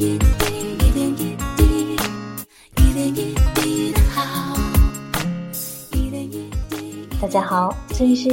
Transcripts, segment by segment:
一滴，一点一滴，一点一滴的好，一点一滴。 大家好，这里是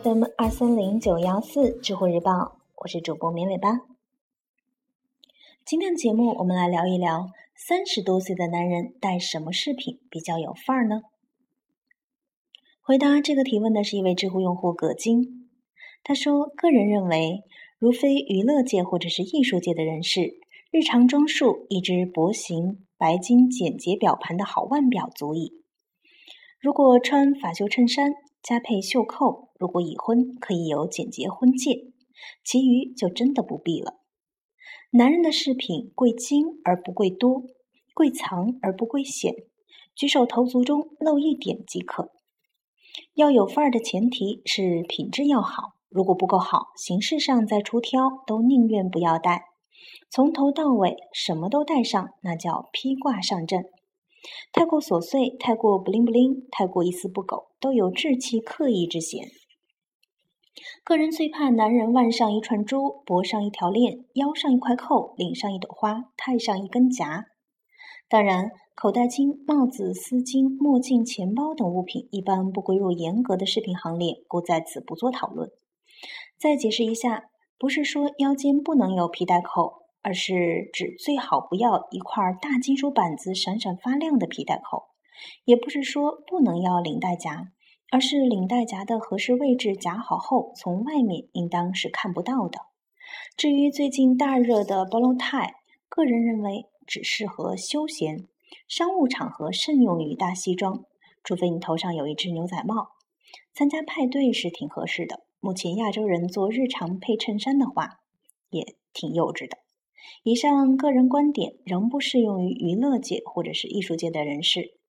FM230914 知乎日报，我是主播绵尾巴。今天的节目我们来聊一聊30多岁的男人戴什么饰品比较有范儿呢？回答这个提问的是一位知乎用户葛金，他说，个人认为，如非娱乐界或者是艺术界的人士，日常装束一只薄型白金简洁表盘的好腕表足矣。如果穿法绣衬衫加配袖扣，如果已婚可以有简洁婚戒，其余就真的不必了。男人的饰品贵精而不贵多，贵藏而不贵显，举手投足中露一点即可。要有范儿的前提是品质要好，如果不够好，形式上再出挑都宁愿不要戴。从头到尾什么都戴上，那叫披挂上阵。太过琐碎，太过不灵不灵，太过一丝不苟，都有稚气刻意之嫌。个人最怕男人腕上一串珠，脖上一条链，腰上一块扣，领上一朵花，太上一根夹。当然，口袋巾、帽子、丝巾、墨镜、钱包等物品一般不归入严格的饰品行列，故在此不做讨论。再解释一下，不是说腰间不能有皮带扣，而是指最好不要一块大金属板子闪闪发亮的皮带扣，也不是说不能要领带夹，而是领带夹的合适位置夹好后，从外面应当是看不到的。至于最近大热的 bolo tie， 个人认为只适合休闲，商务场合慎用于大西装，除非你头上有一只牛仔帽。参加派对是挺合适的，目前亚洲人做日常配衬衫的话，也挺幼稚的。以上个人观点仍不适用于娱乐界或者是艺术界的人士，